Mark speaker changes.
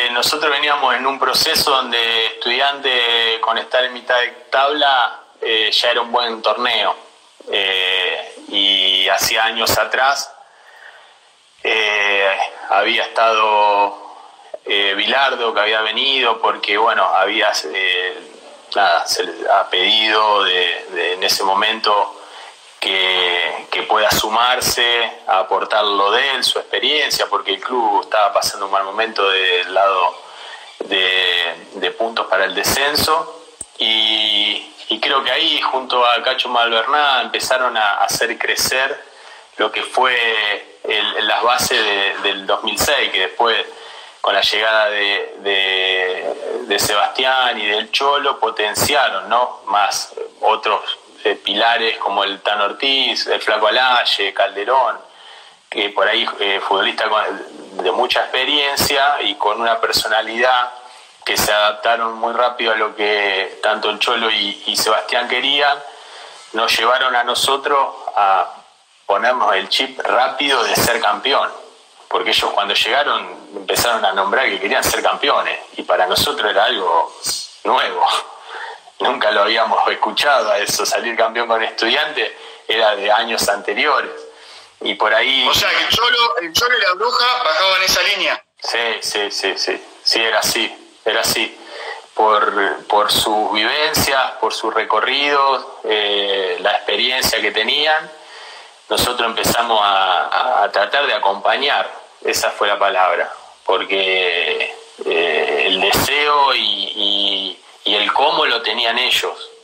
Speaker 1: nosotros veníamos en un proceso donde Estudiante, con estar en mitad de tabla, ya era un buen torneo. Y hacía años atrás había estado Bilardo, que había venido porque, bueno, había se le ha pedido en ese momento que pueda sumarse a aportar lo de él, su experiencia, porque el club estaba pasando un mal momento del lado de puntos para el descenso, y creo que ahí junto a Cacho Malverná empezaron a hacer crecer lo que fue las bases del 2006, que después con la llegada de Sebastián y del Cholo potenciaron, ¿no? Más otros pilares como el Tan Ortiz, el Flaco Alaye, Calderón, que por ahí futbolistas de mucha experiencia y con una personalidad que se adaptaron muy rápido a lo que tanto el Cholo y Sebastián querían, nos llevaron a nosotros a ponernos el chip rápido de ser campeón, porque ellos cuando llegaron empezaron a nombrar que querían ser campeones, y para nosotros era algo nuevo. Nunca lo habíamos escuchado a eso, salir campeón con Estudiantes era de años anteriores. Y por ahí...
Speaker 2: O sea, que el Cholo y la Bruja bajaban esa línea.
Speaker 1: Sí, era así. Por sus vivencias, por sus recorridos, la experiencia que tenían, nosotros empezamos a tratar de acompañar, esa fue la palabra, porque el deseo y el cómo lo tenían ellos.